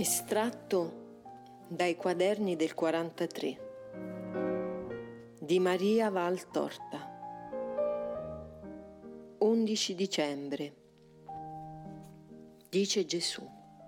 Estratto dai quaderni del 43 di Maria Valtorta. 11 dicembre. Dice Gesù: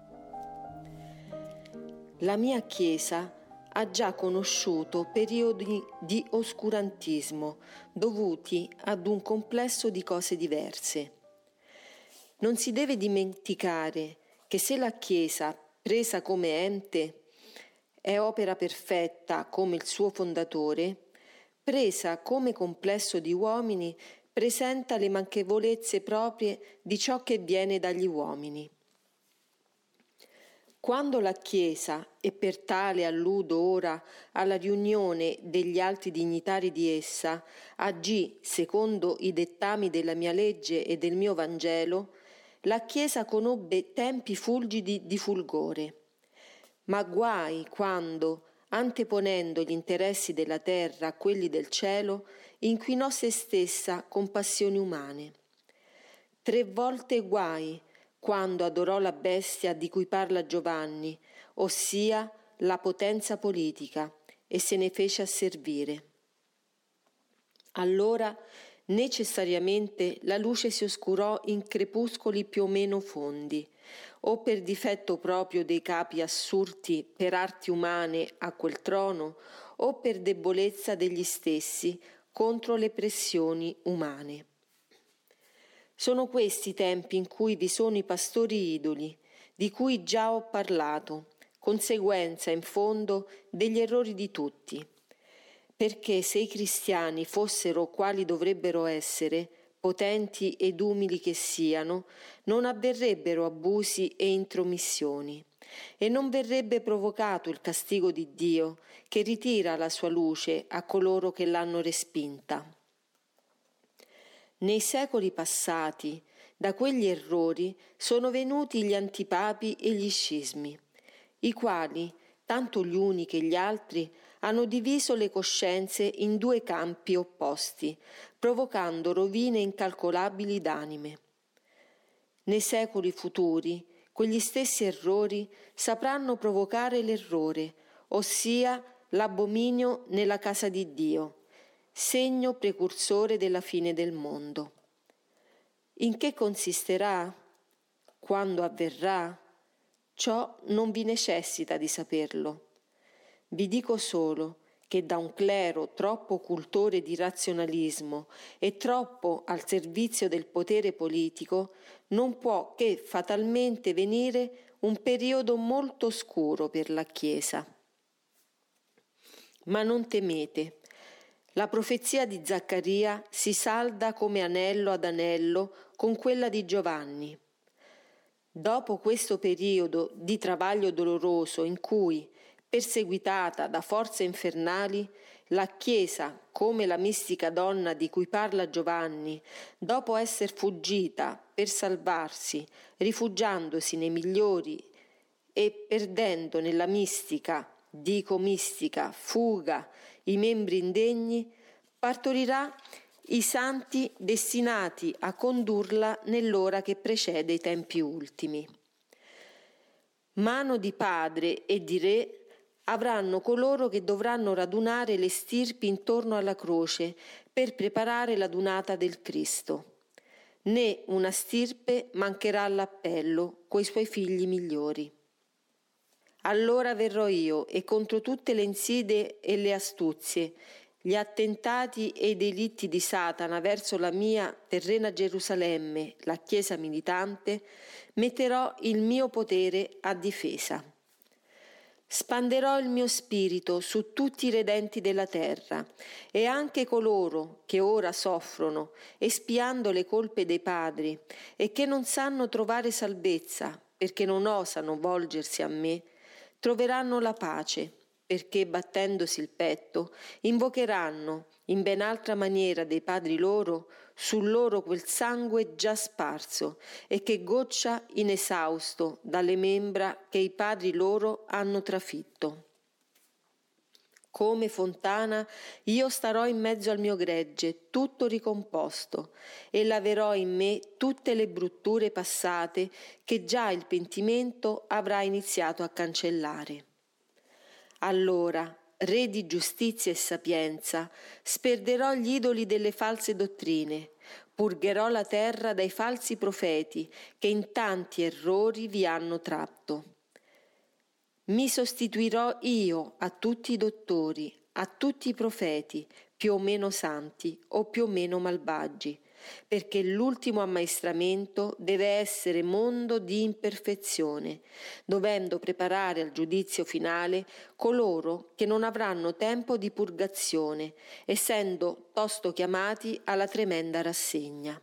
la mia Chiesa ha già conosciuto periodi di oscurantismo dovuti ad un complesso di cose diverse. Non si deve dimenticare che se la Chiesa, presa come ente, è opera perfetta come il suo fondatore, presa come complesso di uomini, presenta le manchevolezze proprie di ciò che viene dagli uomini. Quando la Chiesa, e per tale alludo ora alla riunione degli alti dignitari di essa, agì secondo i dettami della mia legge e del mio Vangelo, la Chiesa conobbe tempi fulgidi di fulgore. Ma guai quando, anteponendo gli interessi della terra a quelli del cielo, inquinò se stessa con passioni umane. 3 volte guai quando adorò la bestia di cui parla Giovanni, ossia la potenza politica, e se ne fece asservire. Allora necessariamente la luce si oscurò in crepuscoli più o meno fondi, o per difetto proprio dei capi assurti per arti umane a quel trono, o per debolezza degli stessi contro le pressioni umane. Sono questi tempi in cui vi sono i pastori idoli, di cui già ho parlato, conseguenza in fondo degli errori di tutti. Perché se i cristiani fossero quali dovrebbero essere, potenti ed umili che siano, non avverrebbero abusi e intromissioni, e non verrebbe provocato il castigo di Dio, che ritira la sua luce a coloro che l'hanno respinta. Nei secoli passati, da quegli errori sono venuti gli antipapi e gli scismi, i quali, tanto gli uni che gli altri, hanno diviso le coscienze in 2 campi opposti, provocando rovine incalcolabili d'anime. Nei secoli futuri, quegli stessi errori sapranno provocare l'errore, ossia l'abominio nella casa di Dio, segno precursore della fine del mondo. In che consisterà? Quando avverrà? Ciò non vi necessita di saperlo. Vi dico solo che da un clero troppo cultore di razionalismo e troppo al servizio del potere politico non può che fatalmente venire un periodo molto oscuro per la Chiesa. Ma non temete. La profezia di Zaccaria si salda come anello ad anello con quella di Giovanni. Dopo questo periodo di travaglio doloroso in cui, perseguitata da forze infernali, la Chiesa, come la mistica donna di cui parla Giovanni, dopo esser fuggita per salvarsi, rifugiandosi nei migliori e perdendo nella mistica, fuga, i membri indegni, partorirà i santi destinati a condurla nell'ora che precede i tempi ultimi. Mano di padre e di re avranno coloro che dovranno radunare le stirpi intorno alla croce per preparare l'adunata del Cristo. Né una stirpe mancherà all'appello coi suoi figli migliori. Allora verrò io e contro tutte le insidie e le astuzie, gli attentati e i delitti di Satana verso la mia terrena Gerusalemme, la Chiesa militante, metterò il mio potere a difesa. Spanderò il mio spirito su tutti i redenti della terra e anche coloro che ora soffrono, espiando le colpe dei padri e che non sanno trovare salvezza perché non osano volgersi a me, troveranno la pace, perché battendosi il petto invocheranno in ben altra maniera dei padri loro su loro quel sangue già sparso e che goccia inesausto dalle membra che i padri loro hanno trafitto. Come fontana io starò in mezzo al mio gregge, tutto ricomposto, e laverò in me tutte le brutture passate che già il pentimento avrà iniziato a cancellare. Allora, Re di giustizia e sapienza, sperderò gli idoli delle false dottrine, purgherò la terra dai falsi profeti che in tanti errori vi hanno tratto. Mi sostituirò io a tutti i dottori, a tutti i profeti, più o meno santi o più o meno malvagi, perché l'ultimo ammaestramento deve essere mondo di imperfezione, dovendo preparare al giudizio finale coloro che non avranno tempo di purgazione, essendo tosto chiamati alla tremenda rassegna.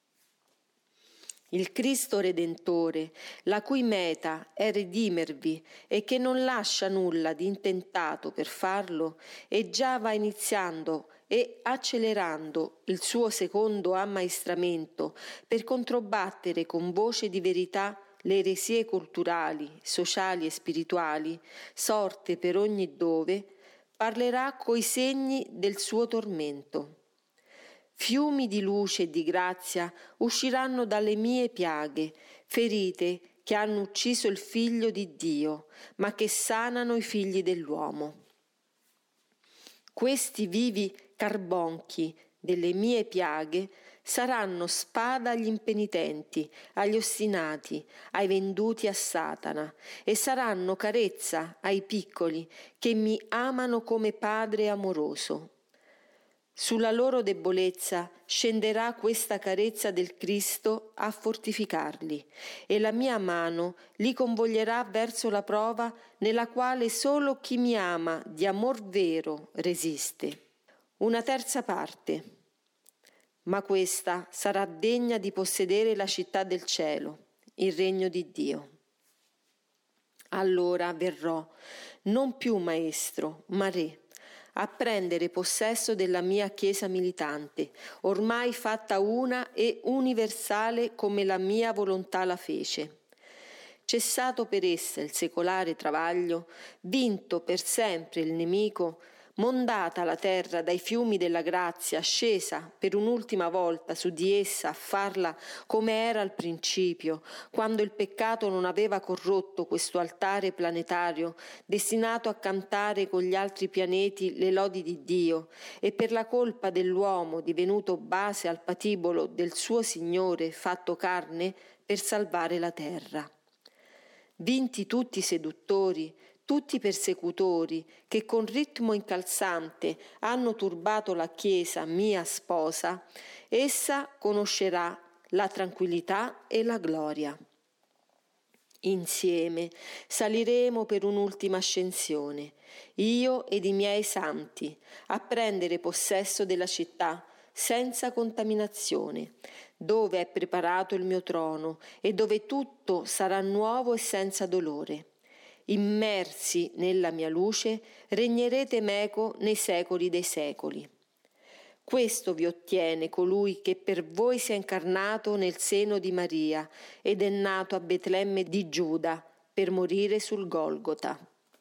Il Cristo Redentore, la cui meta è redimervi e che non lascia nulla di intentato per farlo, e già va iniziando e accelerando il suo secondo ammaestramento per controbattere con voce di verità le eresie culturali, sociali e spirituali, sorte per ogni dove, parlerà coi segni del suo tormento. Fiumi di luce e di grazia usciranno dalle mie piaghe, ferite che hanno ucciso il Figlio di Dio, ma che sanano i figli dell'uomo. Questi vivi carbonchi delle mie piaghe saranno spada agli impenitenti, agli ostinati, ai venduti a Satana, e saranno carezza ai piccoli che mi amano come Padre amoroso. Sulla loro debolezza scenderà questa carezza del Cristo a fortificarli, e la mia mano li convoglierà verso la prova nella quale solo chi mi ama di amor vero resiste. Una terza parte, ma questa sarà degna di possedere la città del cielo, il regno di Dio. Allora verrò, non più maestro, ma re, a prendere possesso della mia chiesa militante, ormai fatta una e universale come la mia volontà la fece. Cessato per essa il secolare travaglio, vinto per sempre il nemico, mondata la terra dai fiumi della grazia, scesa per un'ultima volta su di essa a farla come era al principio, quando il peccato non aveva corrotto questo altare planetario, destinato a cantare con gli altri pianeti le lodi di Dio, e per la colpa dell'uomo divenuto base al patibolo del suo Signore fatto carne per salvare la terra. Vinti tutti i seduttori, tutti i persecutori che con ritmo incalzante hanno turbato la Chiesa mia sposa, essa conoscerà la tranquillità e la gloria. Insieme saliremo per un'ultima ascensione, io ed i miei santi, a prendere possesso della città senza contaminazione, dove è preparato il mio trono e dove tutto sarà nuovo e senza dolore. Immersi nella mia luce, regnerete meco nei secoli dei secoli. Questo vi ottiene colui che per voi si è incarnato nel seno di Maria ed è nato a Betlemme di Giuda per morire sul Golgota.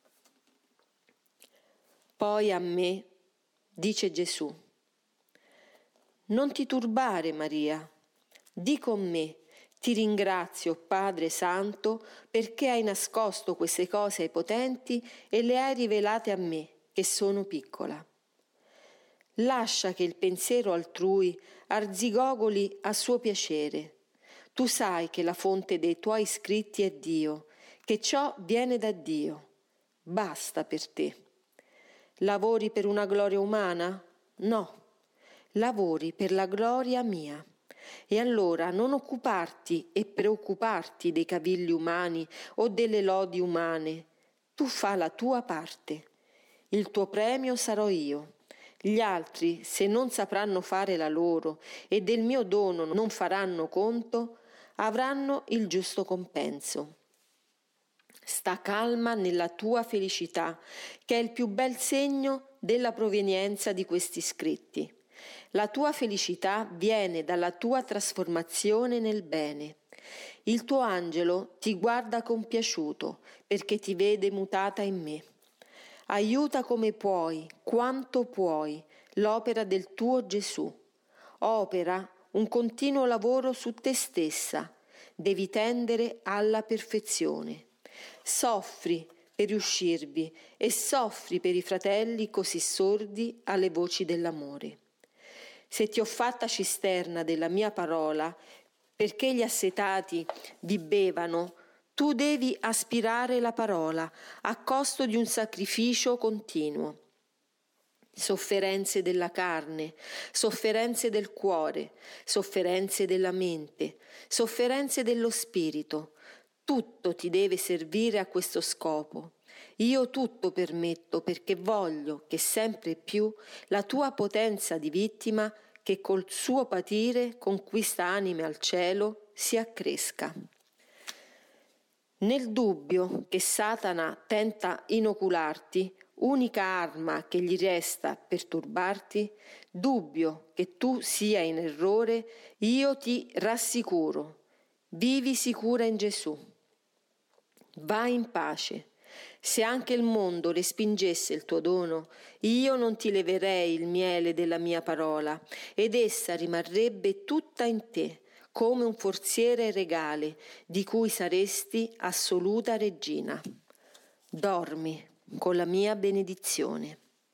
Poi a me dice Gesù: non ti turbare, Maria, di con me. Ti ringrazio, Padre Santo, perché hai nascosto queste cose ai potenti e le hai rivelate a me, che sono piccola. Lascia che il pensiero altrui arzigogoli a suo piacere. Tu sai che la fonte dei tuoi scritti è Dio, che ciò viene da Dio. Basta per te. Lavori per una gloria umana? No, lavori per la gloria mia. E allora non occuparti e preoccuparti dei cavilli umani o delle lodi umane. Tu fa la tua parte. Il tuo premio sarò io. Gli altri, se non sapranno fare la loro e del mio dono non faranno conto, avranno il giusto compenso. Sta calma nella tua felicità, che è il più bel segno della provenienza di questi scritti. La tua felicità viene dalla tua trasformazione nel bene. Il tuo angelo ti guarda compiaciuto perché ti vede mutata in me. Aiuta come puoi, quanto puoi, l'opera del tuo Gesù. Opera un continuo lavoro su te stessa. Devi tendere alla perfezione. Soffri per riuscirvi e soffri per i fratelli così sordi alle voci dell'amore. Se ti ho fatta cisterna della mia parola, perché gli assetati vi bevano, tu devi aspirare la parola a costo di un sacrificio continuo. Sofferenze della carne, sofferenze del cuore, sofferenze della mente, sofferenze dello spirito. Tutto ti deve servire a questo scopo. Io tutto permetto perché voglio che sempre più la tua potenza di vittima, che col suo patire conquista anime al cielo, si accresca. Nel dubbio che Satana tenta inocularti, unica arma che gli resta per turbarti, dubbio che tu sia in errore, io ti rassicuro. Vivi sicura in Gesù. Vai in pace. Se anche il mondo respingesse il tuo dono, io non ti leverei il miele della mia parola, ed essa rimarrebbe tutta in te, come un forziere regale, di cui saresti assoluta regina. Dormi con la mia benedizione.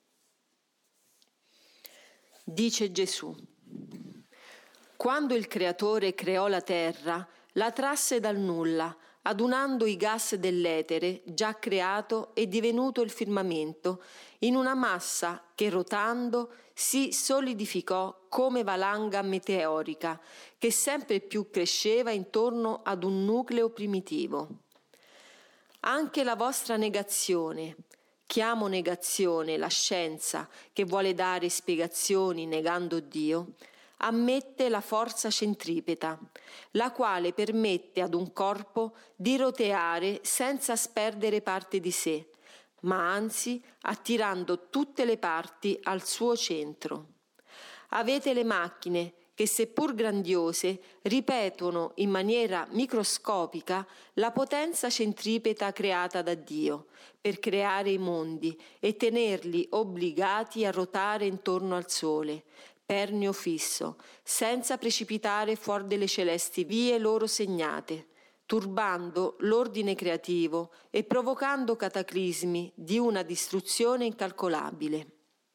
Dice Gesù: quando il Creatore creò la terra, la trasse dal nulla, adunando i gas dell'etere già creato e divenuto il firmamento, in una massa che rotando si solidificò come valanga meteorica, che sempre più cresceva intorno ad un nucleo primitivo. Anche la vostra negazione, chiamo negazione la scienza che vuole dare spiegazioni negando Dio, ammette la forza centripeta, la quale permette ad un corpo di roteare senza sperdere parte di sé, ma anzi attirando tutte le parti al suo centro. Avete le macchine che, seppur grandiose, ripetono in maniera microscopica la potenza centripeta creata da Dio per creare i mondi e tenerli obbligati a rotare intorno al Sole, pernio fisso, senza precipitare fuori delle celesti vie loro segnate, turbando l'ordine creativo e provocando cataclismi di una distruzione incalcolabile.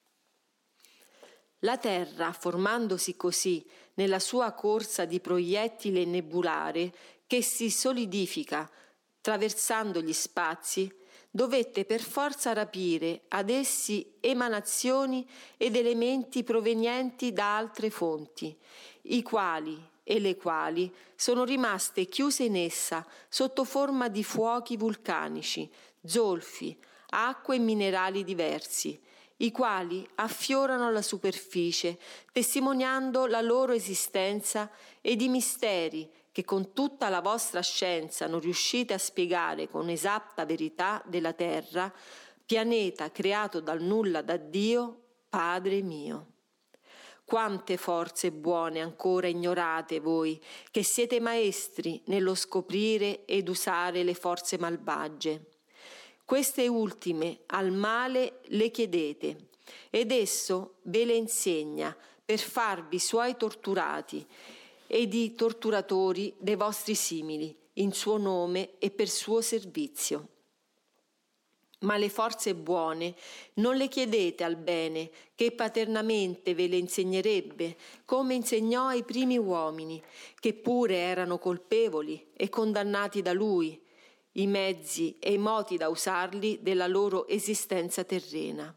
La Terra, formandosi così nella sua corsa di proiettile nebulare che si solidifica traversando gli spazi, dovette per forza rapire ad essi emanazioni ed elementi provenienti da altre fonti, i quali e le quali sono rimaste chiuse in essa sotto forma di fuochi vulcanici, zolfi, acque e minerali diversi, i quali affiorano la superficie, testimoniando la loro esistenza ed i misteri che con tutta la vostra scienza non riuscite a spiegare con esatta verità della Terra, pianeta creato dal nulla da Dio, Padre mio. Quante forze buone ancora ignorate voi, che siete maestri nello scoprire ed usare le forze malvagie. Queste ultime al male le chiedete, ed esso ve le insegna per farvi suoi torturati ed i torturatori dei vostri simili, in suo nome e per suo servizio. Ma le forze buone non le chiedete al bene, che paternamente ve le insegnerebbe, come insegnò ai primi uomini, che pure erano colpevoli e condannati da lui, i mezzi e i moti da usarli della loro esistenza terrena.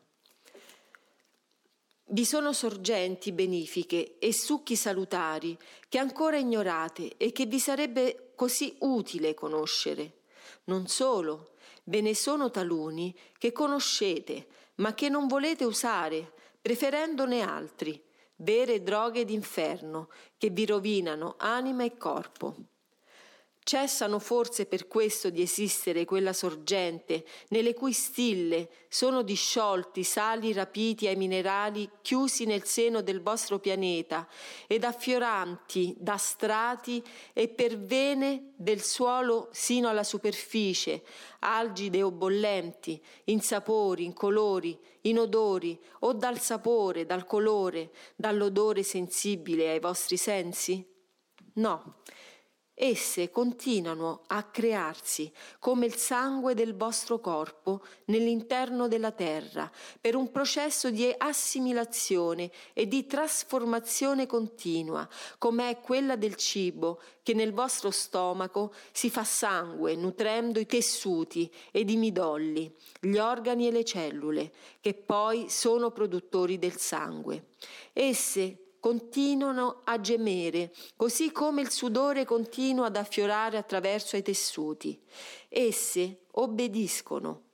Vi sono sorgenti benefiche e succhi salutari che ancora ignorate e che vi sarebbe così utile conoscere. Non solo, ve ne sono taluni che conoscete, ma che non volete usare, preferendone altri, vere droghe d'inferno, che vi rovinano anima e corpo. Cessano forse per questo di esistere quella sorgente nelle cui stille sono disciolti sali rapiti ai minerali chiusi nel seno del vostro pianeta ed affioranti da strati e per vene del suolo sino alla superficie, algide o bollenti, in sapori, in colori, in odori, o dal sapore, dal colore, dall'odore sensibile ai vostri sensi? No. Esse continuano a crearsi come il sangue del vostro corpo nell'interno della terra per un processo di assimilazione e di trasformazione continua, come è quella del cibo che nel vostro stomaco si fa sangue nutrendo i tessuti ed i midolli, gli organi e le cellule, che poi sono produttori del sangue. Esse continuano a gemere, così come il sudore continua ad affiorare attraverso i tessuti. Esse obbediscono.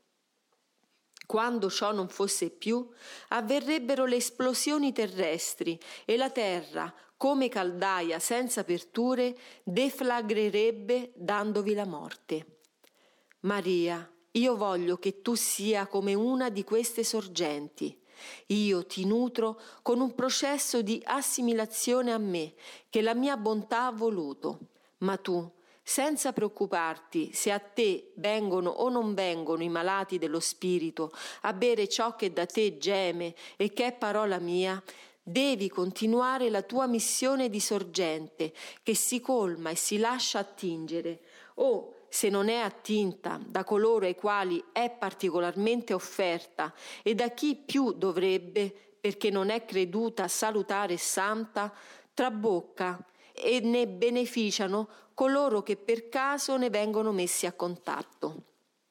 Quando ciò non fosse più, avverrebbero le esplosioni terrestri e la terra, come caldaia senza aperture, deflagrerebbe dandovi la morte. Maria, io voglio che tu sia come una di queste sorgenti. Io ti nutro con un processo di assimilazione a me che la mia bontà ha voluto, ma tu, senza preoccuparti se a te vengono o non vengono i malati dello spirito a bere ciò che da te geme e che è parola mia, devi continuare la tua missione di sorgente che si colma e si lascia attingere, o se non è attinta da coloro ai quali è particolarmente offerta e da chi più dovrebbe, perché non è creduta salutare e santa, trabocca e ne beneficiano coloro che per caso ne vengono messi a contatto.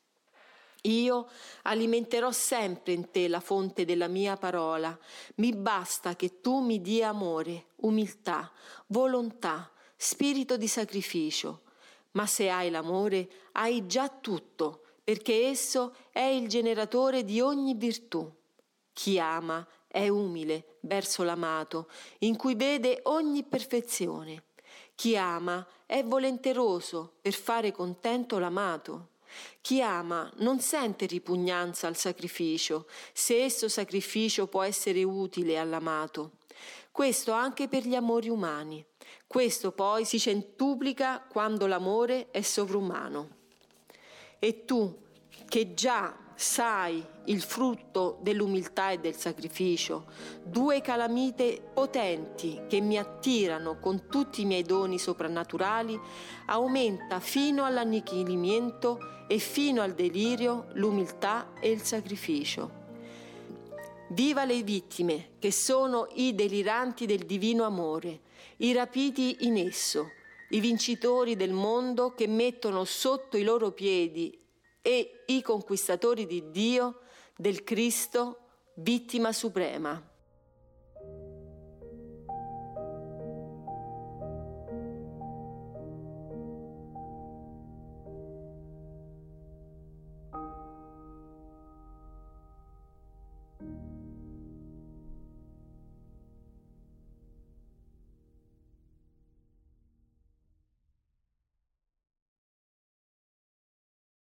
Io alimenterò sempre in te la fonte della mia parola, mi basta che tu mi dia amore, umiltà, volontà, spirito di sacrificio. Ma se hai l'amore, hai già tutto, perché esso è il generatore di ogni virtù. Chi ama è umile verso l'amato, in cui vede ogni perfezione. Chi ama è volenteroso per fare contento l'amato. Chi ama non sente ripugnanza al sacrificio, se esso sacrificio può essere utile all'amato. Questo anche per gli amori umani. Questo poi si centuplica quando l'amore è sovrumano. E tu, che già sai il frutto dell'umiltà e del sacrificio, due calamite potenti che mi attirano con tutti i miei doni soprannaturali, aumenta fino all'annichilimento e fino al delirio l'umiltà e il sacrificio. Viva le vittime, che sono i deliranti del divino amore, i rapiti in esso, i vincitori del mondo che mettono sotto i loro piedi e i conquistatori di Dio, del Cristo, vittima suprema.